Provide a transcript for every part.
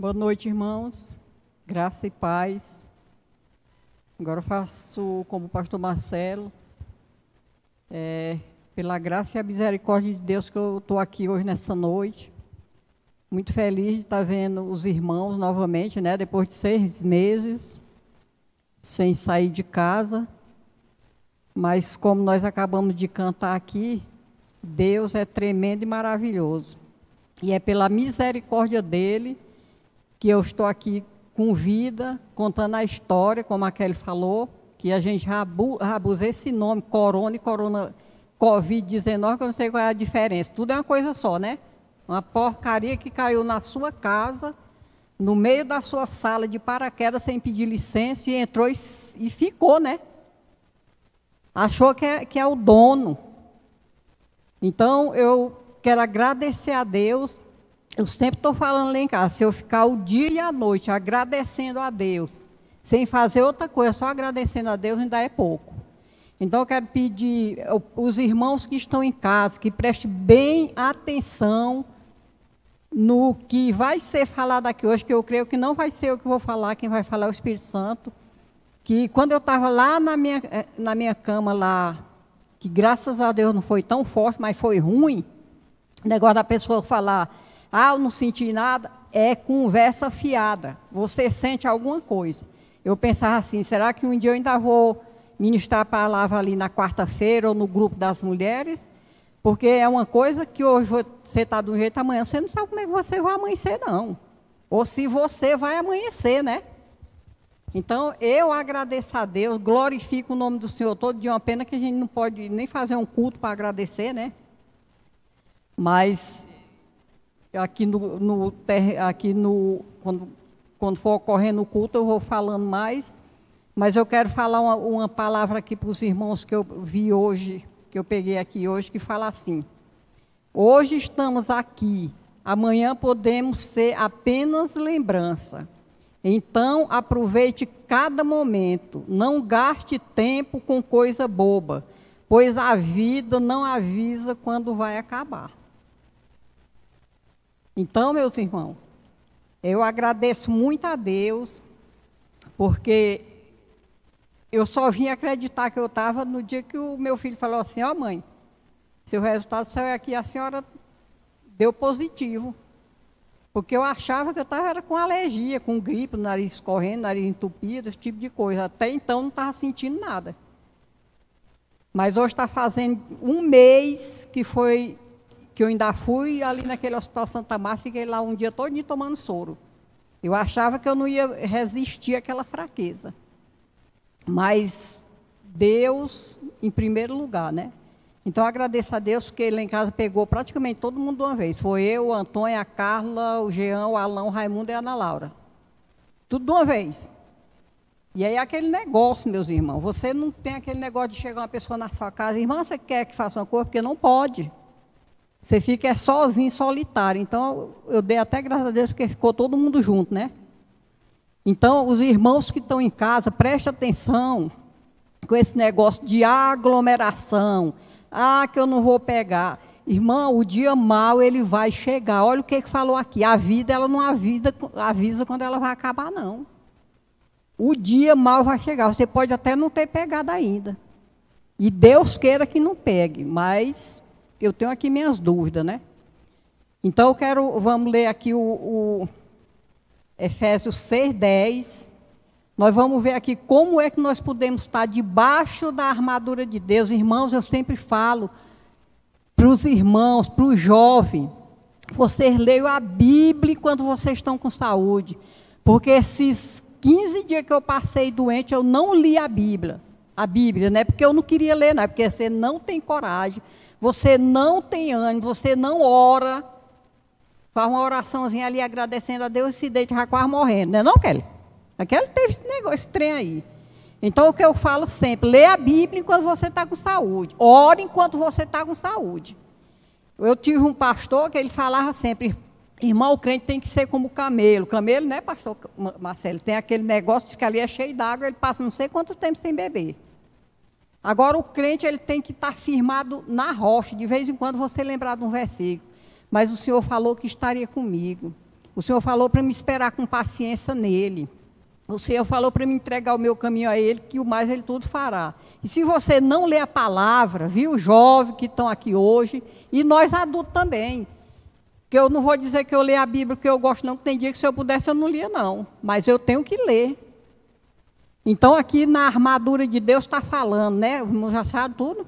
Boa noite, irmãos. Graça e paz. Agora eu faço como o pastor Marcelo. Pela graça e a misericórdia de Deus que eu estou aqui hoje nessa noite. Muito feliz de estar vendo os irmãos novamente, né? Depois de 6 meses, sem sair de casa. Mas como nós acabamos de cantar aqui, Deus é tremendo e maravilhoso. E é pela misericórdia dele que eu estou aqui com vida, contando a história, como a Kelly falou, que a gente abusa esse nome, corona e Covid-19, que eu não sei qual é a diferença. Tudo é uma coisa só, né? Uma porcaria que caiu na sua casa, no meio da sua sala de paraquedas, sem pedir licença, e entrou e ficou, né? Achou que é o dono. Então, eu quero agradecer a Deus. Eu sempre estou falando lá em casa, se eu ficar o dia e a noite agradecendo a Deus, sem fazer outra coisa, só agradecendo a Deus, ainda é pouco. Então, eu quero pedir os irmãos que estão em casa, que prestem bem atenção no que vai ser falado aqui hoje, que eu creio que não vai ser eu que vou falar, quem vai falar é o Espírito Santo. Que quando eu estava lá na minha cama, lá, que graças a Deus não foi tão forte, mas foi ruim, o negócio da pessoa falar, eu não senti nada, é conversa fiada. Você sente alguma coisa. Eu pensava assim, será que um dia eu ainda vou ministrar a palavra ali na quarta-feira ou no grupo das mulheres? Porque é uma coisa que hoje você está de um jeito, amanhã você não sabe como é que você vai amanhecer, não. Ou se você vai amanhecer, né? Então, eu agradeço a Deus, glorifico o nome do Senhor todo dia. Uma pena que a gente não pode nem fazer um culto para agradecer, né? Mas quando for ocorrendo o culto, eu vou falando mais. Mas eu quero falar uma palavra aqui para os irmãos que eu vi hoje, que eu peguei aqui hoje, que fala assim: hoje estamos aqui, amanhã podemos ser apenas lembrança. Então, aproveite cada momento, não gaste tempo com coisa boba, pois a vida não avisa quando vai acabar. Então, meus irmãos, eu agradeço muito a Deus, porque eu só vim acreditar que eu estava no dia que o meu filho falou assim, mãe, seu resultado saiu aqui, a senhora deu positivo. Porque eu achava que eu estava com alergia, com gripe, nariz escorrendo, nariz entupido, esse tipo de coisa. Até então não estava sentindo nada. Mas hoje está fazendo 1 mês que eu ainda fui ali naquele Hospital Santa Márcia, fiquei lá um dia todinho tomando soro. Eu achava que eu não ia resistir àquela fraqueza. Mas Deus em primeiro lugar, né? Então, eu agradeço a Deus, porque ele lá em casa pegou praticamente todo mundo de uma vez. Foi eu, o Antônio, a Carla, o Jean, o Alão, o Raimundo e a Ana Laura. Tudo de uma vez. E aí, aquele negócio, meus irmãos, você não tem aquele negócio de chegar uma pessoa na sua casa, irmã, você quer que faça uma coisa? Porque não pode. Você fica sozinho, solitário. Então, eu dei até graças a Deus, porque ficou todo mundo junto, né? Então, os irmãos que estão em casa, prestem atenção com esse negócio de aglomeração. Que eu não vou pegar. Irmão, o dia mau ele vai chegar. Olha o que falou aqui. A vida, ela não avisa quando ela vai acabar, não. O dia mau vai chegar. Você pode até não ter pegado ainda. E Deus queira que não pegue. Mas eu tenho aqui minhas dúvidas, né? Então, vamos ler aqui o Efésios 6:10. Nós vamos ver aqui como é que nós podemos estar debaixo da armadura de Deus. Irmãos, eu sempre falo para os irmãos, para os jovens, vocês leiam a Bíblia quando vocês estão com saúde. Porque esses 15 dias que eu passei doente, eu não li a Bíblia, né? Porque eu não queria ler, não, porque você não tem coragem, você não tem ânimo, você não ora, faz uma oraçãozinha ali agradecendo a Deus e se deita já quase morrendo, não é não, Kelly? Aquele teve esse negócio, esse trem aí. Então, o que eu falo sempre, lê a Bíblia enquanto você está com saúde. Ore enquanto você está com saúde. Eu tive um pastor que ele falava sempre, irmão, o crente tem que ser como o camelo. Camelo, né, pastor Marcelo? Tem aquele negócio que ali é cheio d'água, ele passa não sei quanto tempo sem beber. Agora, o crente ele tem que estar firmado na rocha. De vez em quando você lembrar de um versículo. Mas o Senhor falou que estaria comigo. O Senhor falou para me esperar com paciência nele. O Senhor falou para me entregar o meu caminho a Ele, que o mais Ele tudo fará. E se você não lê a palavra, viu, jovens que estão aqui hoje, e nós adultos também, que eu não vou dizer que eu leio a Bíblia porque eu gosto não, que tem dia que se eu pudesse eu não lia não, mas eu tenho que ler. Então aqui na armadura de Deus está falando, né, já sabe tudo.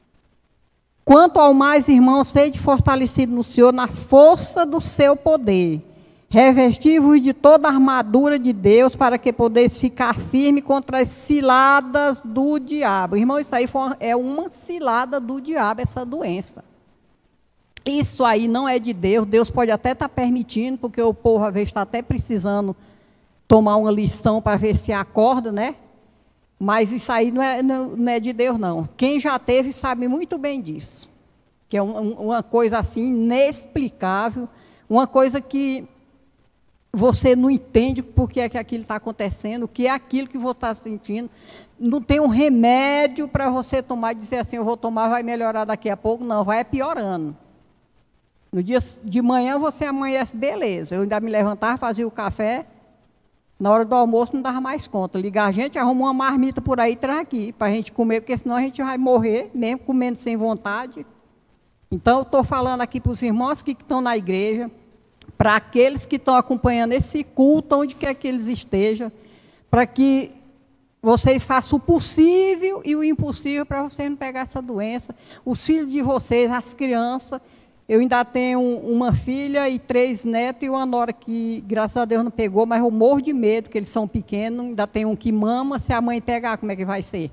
Quanto ao mais, irmãos, sede fortalecido no Senhor, na força do seu poder. Revesti-vos de toda a armadura de Deus, para que podeis ficar firme contra as ciladas do diabo. Irmão, isso aí é uma cilada do diabo, essa doença. Isso aí não é de Deus. Deus pode até estar permitindo, porque o povo às vezes está até precisando tomar uma lição para ver se acorda, né? Mas isso aí não é de Deus, não. Quem já teve sabe muito bem disso. Que é uma coisa assim inexplicável, uma coisa que você não entende por que é que aquilo está acontecendo, o que é aquilo que você está sentindo. Não tem um remédio para você tomar e dizer assim, eu vou tomar, vai melhorar daqui a pouco. Não, vai piorando. No dia de manhã você amanhece, beleza. Eu ainda me levantava, fazia o café. Na hora do almoço não dava mais conta. Ligar a gente, arruma uma marmita por aí e traz aqui, para a gente comer, porque senão a gente vai morrer, mesmo comendo sem vontade. Então, eu estou falando aqui para os irmãos que estão na igreja, para aqueles que estão acompanhando esse culto, onde quer que eles estejam, para que vocês façam o possível e o impossível para vocês não pegar essa doença. Os filhos de vocês, as crianças, eu ainda tenho uma filha e 3 netos e uma nora que, graças a Deus, não pegou, mas eu morro de medo, porque eles são pequenos, ainda tem um que mama, se a mãe pegar, como é que vai ser?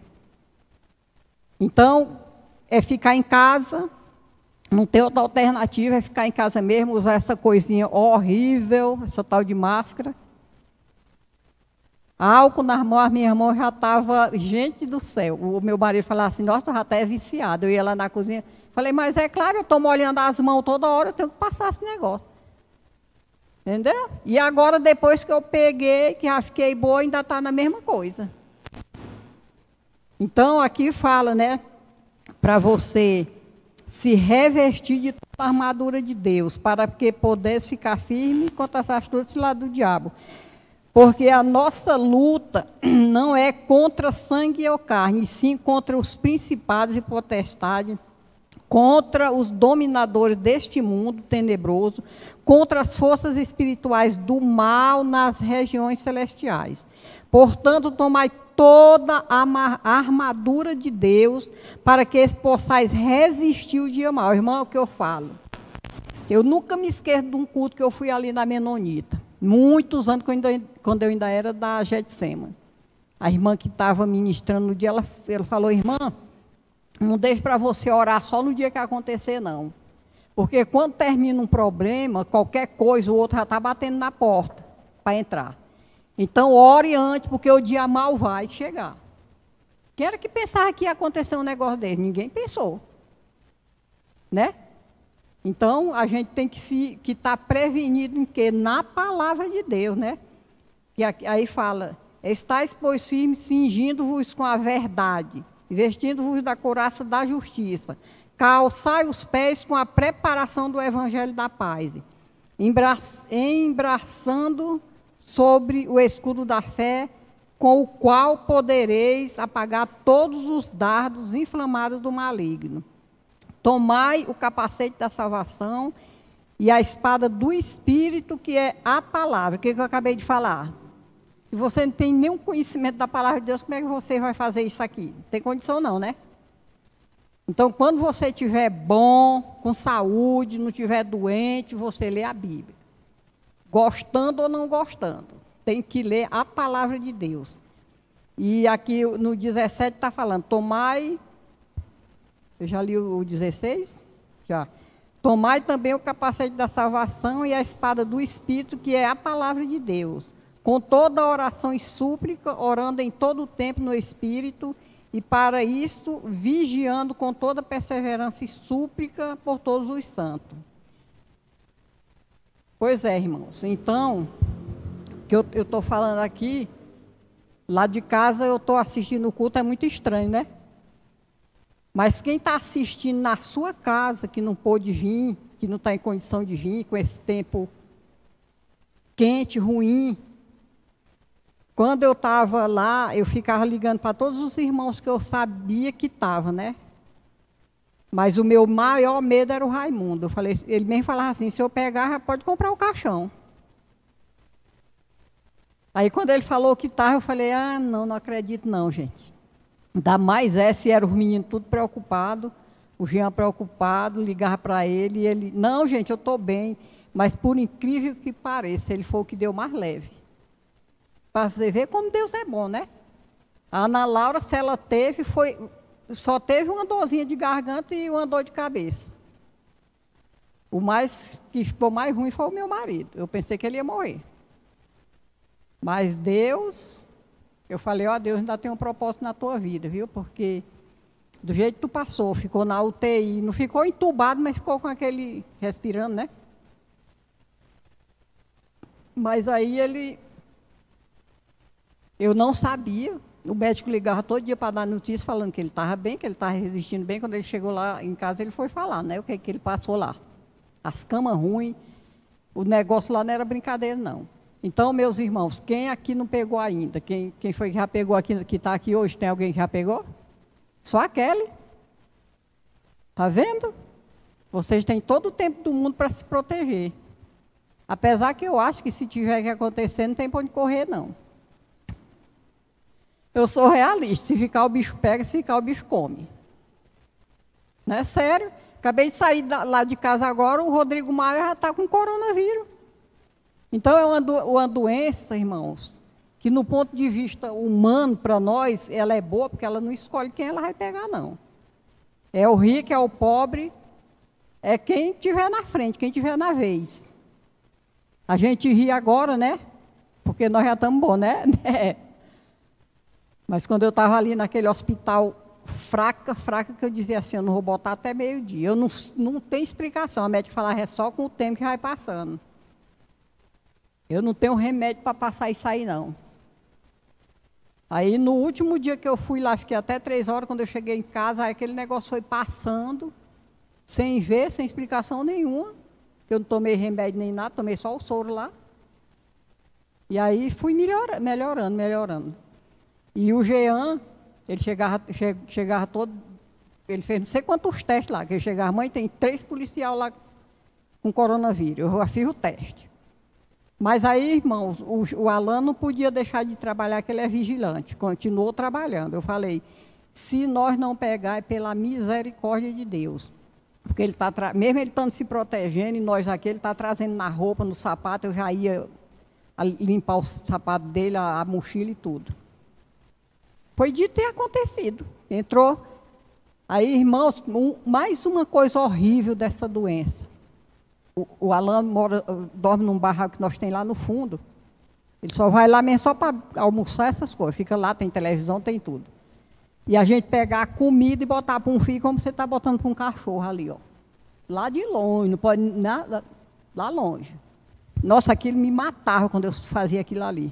Então, é ficar em casa, não tem outra alternativa, é ficar em casa mesmo, usar essa coisinha horrível, essa tal de máscara. Álcool nas mãos, a minha irmã já estava, gente do céu, o meu marido falava assim, nossa, já até é viciado. Eu ia lá na cozinha, falei, mas é claro, eu estou molhando as mãos toda hora, eu tenho que passar esse negócio. Entendeu? E agora, depois que eu peguei, que já fiquei boa, ainda está na mesma coisa. Então, aqui fala, né, para você se revestir de toda a armadura de Deus, para que pudesse ficar firme contra as astutas lá do diabo. Porque a nossa luta não é contra sangue ou carne, e sim contra os principados e potestades, contra os dominadores deste mundo tenebroso, contra as forças espirituais do mal nas regiões celestiais. Portanto, tomai toda a armadura de Deus, para que possais resistir o dia mau. Irmão, é o que eu falo. Eu nunca me esqueço de um culto que eu fui ali na Menonita. Muitos anos, quando eu ainda era da Getsemane. A irmã que estava ministrando no dia, ela falou, irmã, não deixe para você orar só no dia que acontecer, não. Porque quando termina um problema, qualquer coisa, o outro já está batendo na porta para entrar. Então, ore antes, porque o dia mal vai chegar. Quem era que pensava que ia acontecer um negócio desse? Ninguém pensou. Né? Então, a gente tem que estar prevenido em quê? Na palavra de Deus, né? E aí fala, estáis, pois, firmes, cingindo-vos com a verdade, vestindo-vos da couraça da justiça, calçai os pés com a preparação do evangelho da paz, embraçando sobre o escudo da fé, com o qual podereis apagar todos os dardos inflamados do maligno. Tomai o capacete da salvação e a espada do Espírito, que é a palavra. O que eu acabei de falar? Se você não tem nenhum conhecimento da palavra de Deus, como é que você vai fazer isso aqui? Não tem condição não, né? Então, quando você estiver bom, com saúde, não estiver doente, você lê a Bíblia. Gostando ou não gostando. Tem que ler a palavra de Deus. E aqui no 17 está falando, tomai... Eu já li o 16? Já. Tomai também o capacete da salvação e a espada do Espírito, que é a palavra de Deus. Com toda a oração e súplica, orando em todo o tempo no Espírito, e para isto, vigiando com toda perseverança e súplica por todos os santos. Pois é, irmãos. Então, o que eu estou falando aqui, lá de casa eu estou assistindo o culto, é muito estranho, né? Mas quem está assistindo na sua casa, que não pôde vir, que não está em condição de vir, com esse tempo quente, ruim. Quando eu estava lá, eu ficava ligando para todos os irmãos que eu sabia que estavam, né? Mas o meu maior medo era o Raimundo. Eu falei, ele mesmo falava assim, se eu pegar, já pode comprar o caixão. Aí quando ele falou que estava, eu falei, não acredito não, gente. Ainda mais se eram os meninos tudo preocupados, o Jean preocupado, ligava para ele e ele, não, gente, eu estou bem. Mas por incrível que pareça, ele foi o que deu mais leve. Para você ver como Deus é bom, né? A Ana Laura, se ela teve, só teve uma dorzinha de garganta e uma dor de cabeça. O que ficou mais ruim foi o meu marido. Eu pensei que ele ia morrer. Mas Deus, eu falei, Deus ainda tem um propósito na tua vida, viu? Porque do jeito que tu passou, ficou na UTI, não ficou entubado, mas ficou com aquele, respirando, né? Mas aí eu não sabia, o médico ligava todo dia para dar notícia, falando que ele estava bem, que ele estava resistindo bem. Quando ele chegou lá em casa, ele foi falar, né, o que ele passou lá. As camas ruins, o negócio lá não era brincadeira, não. Então, meus irmãos, quem aqui não pegou ainda? Quem foi que já pegou aqui, que está aqui hoje? Tem alguém que já pegou? Só a Kelly. Está vendo? Vocês têm todo o tempo do mundo para se proteger. Apesar que eu acho que se tiver que acontecer, não tem para onde correr, não. Eu sou realista, se ficar o bicho pega, se ficar o bicho come. Não é sério? Acabei de sair lá de casa agora, o Rodrigo Maia já está com coronavírus. Então é uma doença, irmãos, que no ponto de vista humano, para nós, ela é boa, porque ela não escolhe quem ela vai pegar, não. É o rico, é o pobre, é quem tiver na frente, quem tiver na vez. A gente ri agora, né? Porque nós já estamos bons, né? Mas quando eu estava ali naquele hospital fraca, que eu dizia assim, eu não vou botar até meio-dia. Eu não tenho explicação. A médica falava, é só com o tempo que vai passando. Eu não tenho remédio para passar isso aí, não. Aí, no último dia que eu fui lá, fiquei até 3 horas, quando eu cheguei em casa, aí aquele negócio foi passando, sem ver, sem explicação nenhuma. Eu não tomei remédio nem nada, tomei só o soro lá. E aí fui melhorando. E o Jean, ele chegava todo, ele fez não sei quantos testes lá, que ele chegava, mãe, tem 3 policiais lá com coronavírus, eu já fiz o teste. Mas aí, irmãos, o Alan não podia deixar de trabalhar, que ele é vigilante, continuou trabalhando. Eu falei, se nós não pegar, é pela misericórdia de Deus. Porque ele está, mesmo ele estando se protegendo, e nós aqui, ele está trazendo na roupa, no sapato, eu já ia limpar o sapato dele, a mochila e tudo. Foi de ter acontecido. Entrou. Aí, irmãos, mais uma coisa horrível dessa doença. O Alan dorme num barraco que nós tem lá no fundo. Ele só vai lá mesmo só para almoçar essas coisas. Fica lá, tem televisão, tem tudo. E a gente pegar a comida e botar para um filho como você está botando para um cachorro ali, ó. Lá de longe, não pode nada, lá longe. Nossa, aquilo me matava quando eu fazia aquilo ali.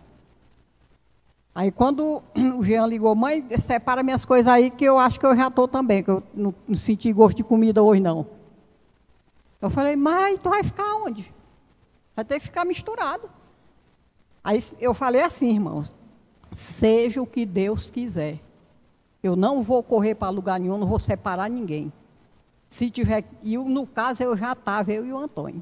Aí quando o Jean ligou, mãe, separa minhas coisas aí que eu acho que eu já estou também, que eu não senti gosto de comida hoje não. Eu falei, mãe, tu vai ficar onde? Vai ter que ficar misturado. Aí eu falei assim, irmãos, seja o que Deus quiser. Eu não vou correr para lugar nenhum, não vou separar ninguém. Se tiver, e no caso eu já estava, eu e o Antônio,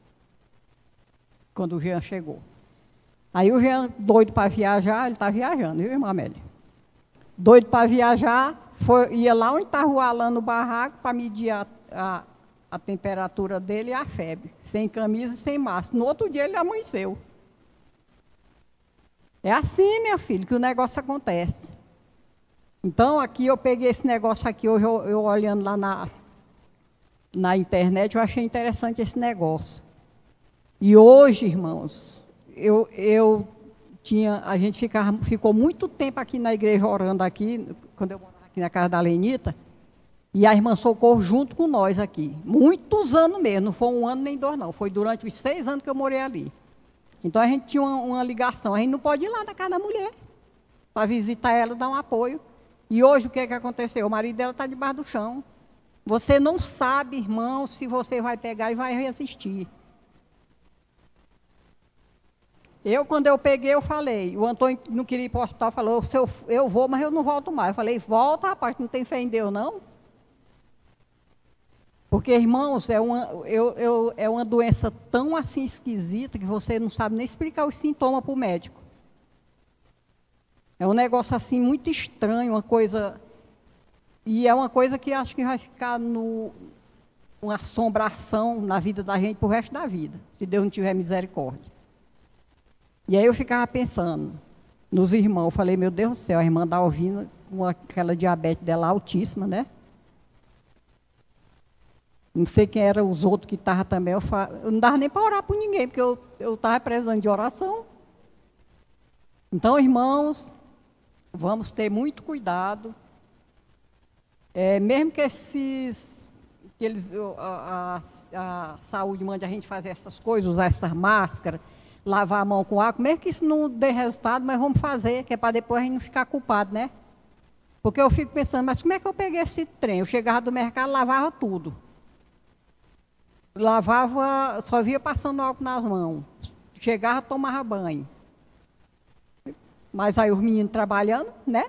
quando o Jean chegou. Aí o Jean, doido para viajar, ele está viajando, viu, irmã Amélia? Doido para viajar, ia lá onde estava o Alan no barraco para medir a temperatura dele e a febre, sem camisa e sem máscara. No outro dia ele amanheceu. É assim, minha filha, que o negócio acontece. Então, aqui eu peguei esse negócio aqui, hoje eu olhando lá na internet, eu achei interessante esse negócio. E hoje, irmãos, a gente ficou muito tempo aqui na igreja orando aqui, quando eu morava aqui na casa da Lenita, e a irmã Socorro junto com nós aqui. Muitos anos mesmo, não foi 1 ano nem 2 não, foi durante os 6 anos que eu morei ali. Então a gente tinha uma ligação, a gente não pode ir lá na casa da mulher, para visitar ela, dar um apoio. E hoje o que aconteceu? O marido dela está debaixo do chão. Você não sabe, irmão, se você vai pegar e vai resistir. Quando eu peguei, eu falei, o Antônio não queria ir para o hospital, falou, eu vou, mas eu não volto mais. Eu falei, volta, rapaz, não tem fé em Deus, não? Porque, irmãos, é uma doença tão assim esquisita que você não sabe nem explicar os sintomas para o médico. É um negócio assim muito estranho, uma coisa... E é uma coisa que acho que vai ficar uma assombração na vida da gente pro resto da vida, se Deus não tiver misericórdia. E aí eu ficava pensando nos irmãos, eu falei, meu Deus do céu, a irmã da Alvina, com aquela diabetes dela altíssima, né? Não sei quem eram os outros que estavam também, eu não dava nem para orar por ninguém, porque eu estava precisando de oração. Então, irmãos, vamos ter muito cuidado, mesmo que a saúde mande a gente fazer essas coisas, usar essas máscaras, lavar a mão com água, mesmo que isso não dê resultado, mas vamos fazer, que é para depois a gente não ficar culpado, né? Porque eu fico pensando, mas como é que eu peguei esse trem? Eu chegava do mercado, lavava tudo. Lavava, só via passando álcool nas mãos. Chegava, tomava banho. Mas aí os meninos trabalhando, né?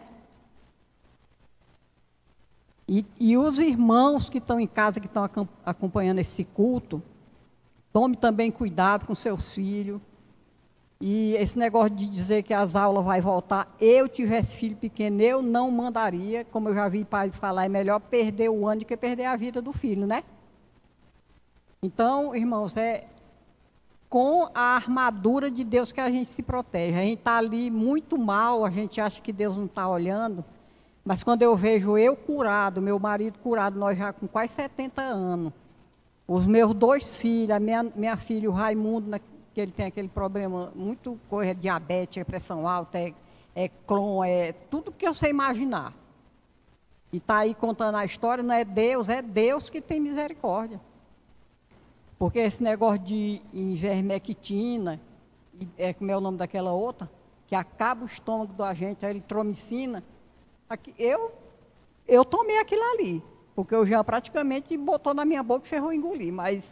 E os irmãos que estão em casa, que estão acompanhando esse culto, tome também cuidado com seus filhos. E esse negócio de dizer que as aulas vão voltar, eu tivesse filho pequeno, eu não mandaria, como eu já vi pai falar, é melhor perder o ano do que perder a vida do filho, né? Então, irmãos, é com a armadura de Deus que a gente se protege. A gente está ali muito mal, a gente acha que Deus não está olhando, mas quando eu vejo eu curado, meu marido curado, nós já com quase 70 anos, os meus 2 filhos, a minha filha, o Raimundo, que ele tem aquele problema, muito coisa, diabetes, pressão alta, Crohn, tudo que eu sei imaginar. E está aí contando a história, não é Deus que tem misericórdia. Porque esse negócio de ivermectina, como é o nome daquela outra, que acaba o estômago da gente, a eritromicina, eu tomei aquilo ali, porque eu já praticamente botou na minha boca e ferrou engolir, mas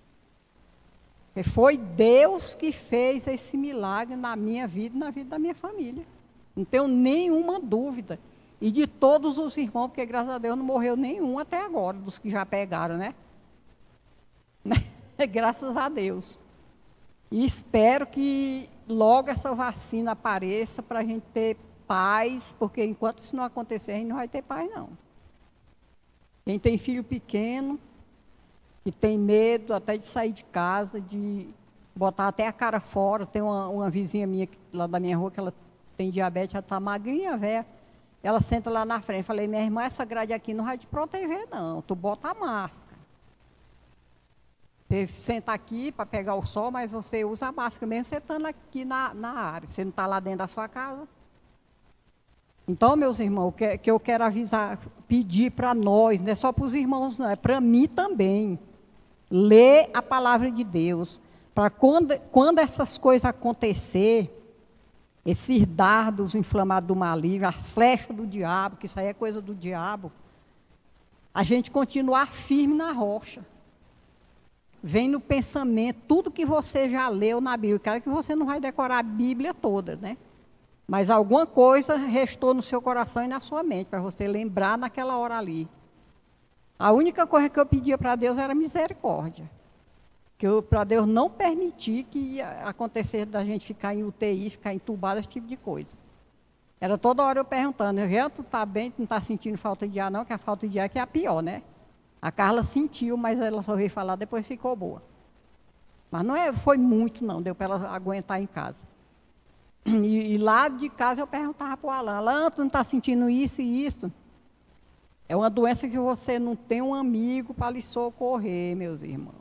foi Deus que fez esse milagre na minha vida e na vida da minha família. Não tenho nenhuma dúvida. E de todos os irmãos, porque graças a Deus não morreu nenhum até agora, dos que já pegaram, né? Graças a Deus. E espero que logo essa vacina apareça para a gente ter paz, porque enquanto isso não acontecer, a gente não vai ter paz, não. Quem tem filho pequeno, que tem medo até de sair de casa, de botar até a cara fora. Tem uma vizinha minha lá da minha rua, que ela tem diabetes, ela está magrinha, velha. Ela senta lá na frente. Falei, minha irmã, essa grade aqui não vai te proteger, não. Tu bota a máscara. Você senta aqui para pegar o sol, mas você usa a máscara mesmo você estando aqui na área. Você não está lá dentro da sua casa. Então, meus irmãos, o que eu quero avisar, pedir para nós, não é só para os irmãos, não, é para mim também. Ler a palavra de Deus, para quando essas coisas acontecer, esses dardos inflamados do maligno, a flecha do diabo, que isso aí é coisa do diabo, a gente continuar firme na rocha. Vem no pensamento, tudo que você já leu na Bíblia, claro que você não vai decorar a Bíblia toda, né? Mas alguma coisa restou no seu coração e na sua mente, para você lembrar naquela hora ali. A única coisa que eu pedia para Deus era misericórdia. Para Deus não permitir que acontecesse da gente ficar em UTI, ficar entubado, esse tipo de coisa. Era toda hora eu perguntando, tu está bem, tu não está sentindo falta de ar não, que a falta de ar que é a pior, né? A Carla sentiu, mas ela só veio falar, depois ficou boa. Mas não foi muito não, deu para ela aguentar em casa. E lá de casa eu perguntava para o Alan, tu não está sentindo isso e isso? É uma doença que você não tem um amigo para lhe socorrer, meus irmãos.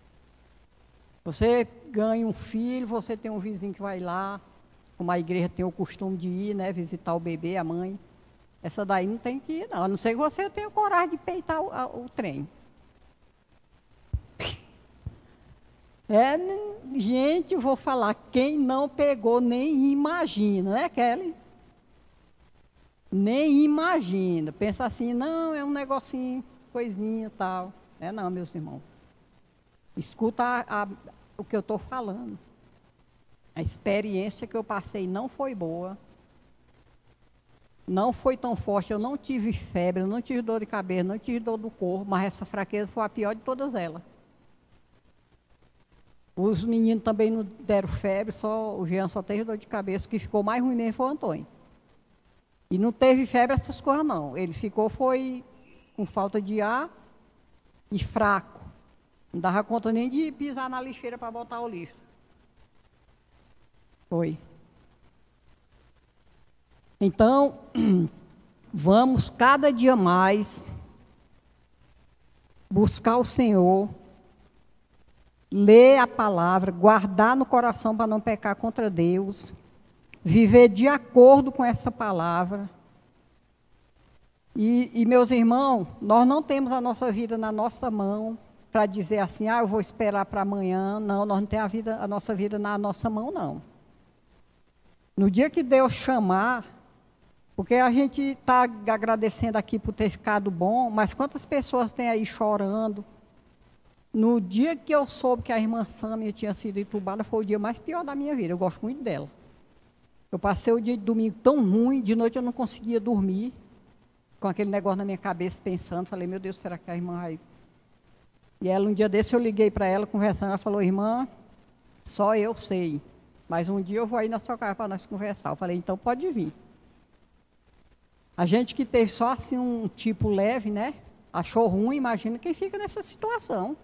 Você ganha um filho, você tem um vizinho que vai lá, como a igreja tem o costume de ir, né, visitar o bebê, a mãe. Essa daí não tem que ir, não. A não ser que você tenha coragem de peitar o trem. Gente, vou falar, quem não pegou nem imagina, né, Kelly? Nem imagina. Pensa assim, não, é um negocinho, coisinha e tal. Não, meus irmãos. Escuta o que eu estou falando. A experiência que eu passei não foi boa. Não foi tão forte, eu não tive febre, eu não tive dor de cabeça, não tive dor do corpo, mas essa fraqueza foi a pior de todas elas. Os meninos também não deram febre, só o Jean só teve dor de cabeça, o que ficou mais ruim mesmo foi o Antônio. E não teve febre essas coisas não, ele ficou foi com falta de ar e fraco. Não dava conta nem de pisar na lixeira para botar o lixo. Foi. Então, vamos cada dia mais buscar o Senhor, ler a palavra, guardar no coração para não pecar contra Deus, viver de acordo com essa palavra. E meus irmãos, nós não temos a nossa vida na nossa mão para dizer assim, eu vou esperar para amanhã. Não, nós não temos a nossa vida na nossa mão, não. No dia que Deus chamar, porque a gente está agradecendo aqui por ter ficado bom, mas quantas pessoas tem aí chorando? No dia que eu soube que a irmã Sâmia tinha sido entubada, foi o dia mais pior da minha vida. Eu gosto muito dela. Eu passei o dia de domingo tão ruim, de noite eu não conseguia dormir, com aquele negócio na minha cabeça, pensando. Falei, meu Deus, será que a irmã vai... E ela, um dia desse, eu liguei para ela, conversando, ela falou, irmã, só eu sei, mas um dia eu vou aí na sua casa para nós conversar. Eu falei, então pode vir. A gente que teve só assim um tipo leve, né? Achou ruim, imagina quem fica nessa situação.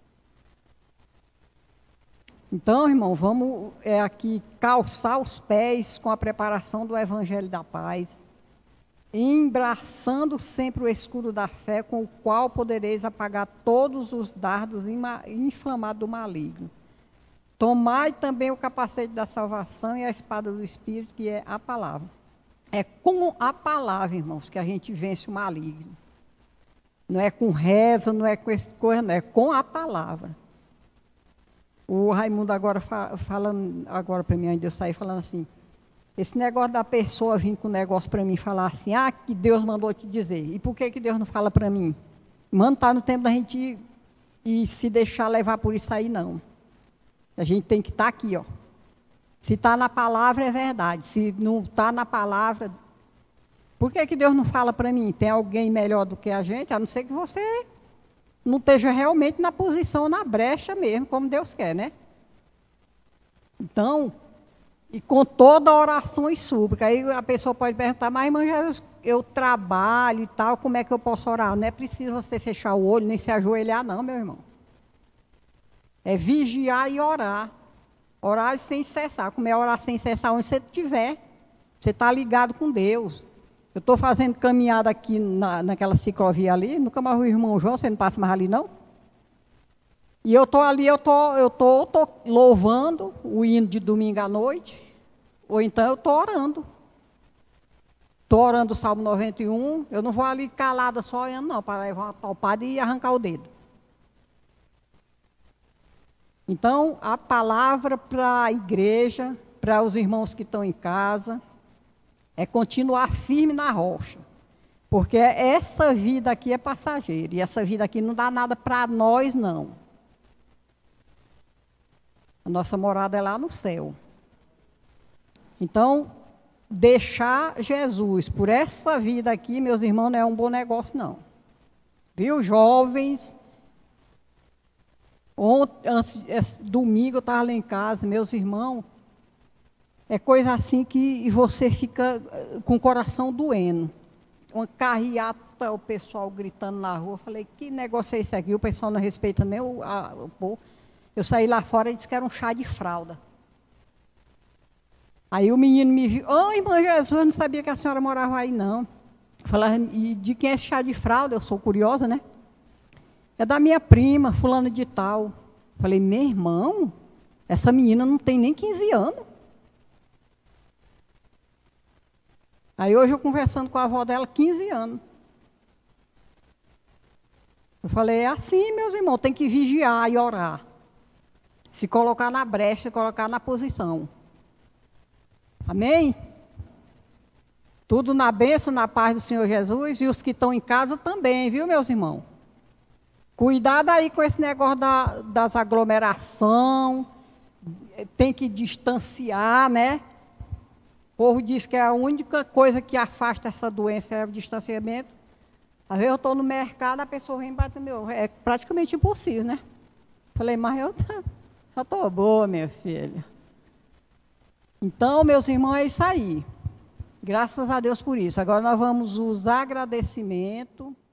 Então, irmão, vamos aqui calçar os pés com a preparação do Evangelho da Paz, embraçando sempre o escudo da fé, com o qual podereis apagar todos os dardos inflamados do maligno. Tomai também o capacete da salvação e a espada do Espírito, que é a palavra. É com a palavra, irmãos, que a gente vence o maligno. Não é com reza, não é com essa coisa, não, é com a palavra. O Raimundo agora falando agora para mim, ainda eu saí falando assim, esse negócio da pessoa vir com um negócio para mim e falar assim, que Deus mandou te dizer. E por que Deus não fala para mim? Mano, está no tempo da gente ir se deixar levar por isso aí, não. A gente tem que estar aqui, ó. Se está na palavra, é verdade. Se não está na palavra, por que Deus não fala para mim? Tem alguém melhor do que a gente? A não ser que você não esteja realmente na posição, na brecha mesmo, como Deus quer, né? Então, e com toda a oração e súplica, aí a pessoa pode perguntar, mas irmã Jesus, eu trabalho e tal, como é que eu posso orar? Não é preciso você fechar o olho, nem se ajoelhar não, meu irmão. É vigiar e orar. Orar sem cessar. Como é orar sem cessar? Onde você estiver. Você está ligado com Deus. Eu estou fazendo caminhada aqui naquela ciclovia ali. Nunca mais o irmão João, você não passa mais ali, não? E eu estou ali, eu tô louvando o hino de domingo à noite. Ou então eu estou orando. Estou orando o Salmo 91. Eu não vou ali calada só olhando, não, para levar uma topada e arrancar o dedo. Então, a palavra para a igreja, para os irmãos que estão em casa, é continuar firme na rocha. Porque essa vida aqui é passageira. E essa vida aqui não dá nada para nós, não. A nossa morada é lá no céu. Então, deixar Jesus por essa vida aqui, meus irmãos, não é um bom negócio, não. Viu, jovens? Domingo eu estava lá em casa, meus irmãos, é coisa assim que você fica com o coração doendo. Uma carreata, o pessoal gritando na rua, eu falei, que negócio é esse aqui? O pessoal não respeita nem o povo. Eu saí lá fora e disse que era um chá de fralda. Aí o menino me viu, irmã Jesus, eu não sabia que a senhora morava aí, não. Eu falei, e de quem é esse chá de fralda? Eu sou curiosa, né? É da minha prima, fulana de tal. Falei, meu irmão, essa menina não tem nem 15 anos. Aí hoje eu conversando com a avó dela, 15 anos. Eu falei, é assim, meus irmãos, tem que vigiar e orar. Se colocar na brecha, colocar na posição. Amém? Tudo na bênção, na paz do Senhor Jesus, e os que estão em casa também, viu, meus irmãos? Cuidado aí com esse negócio das aglomerações. tem que distanciar, né? O povo diz que a única coisa que afasta essa doença é o distanciamento. Às vezes eu estou no mercado, a pessoa vem bater meu. É praticamente impossível, né? Falei, mas eu já estou boa, minha filha. Então, meus irmãos, é isso aí. Graças a Deus por isso. Agora nós vamos usar agradecimento.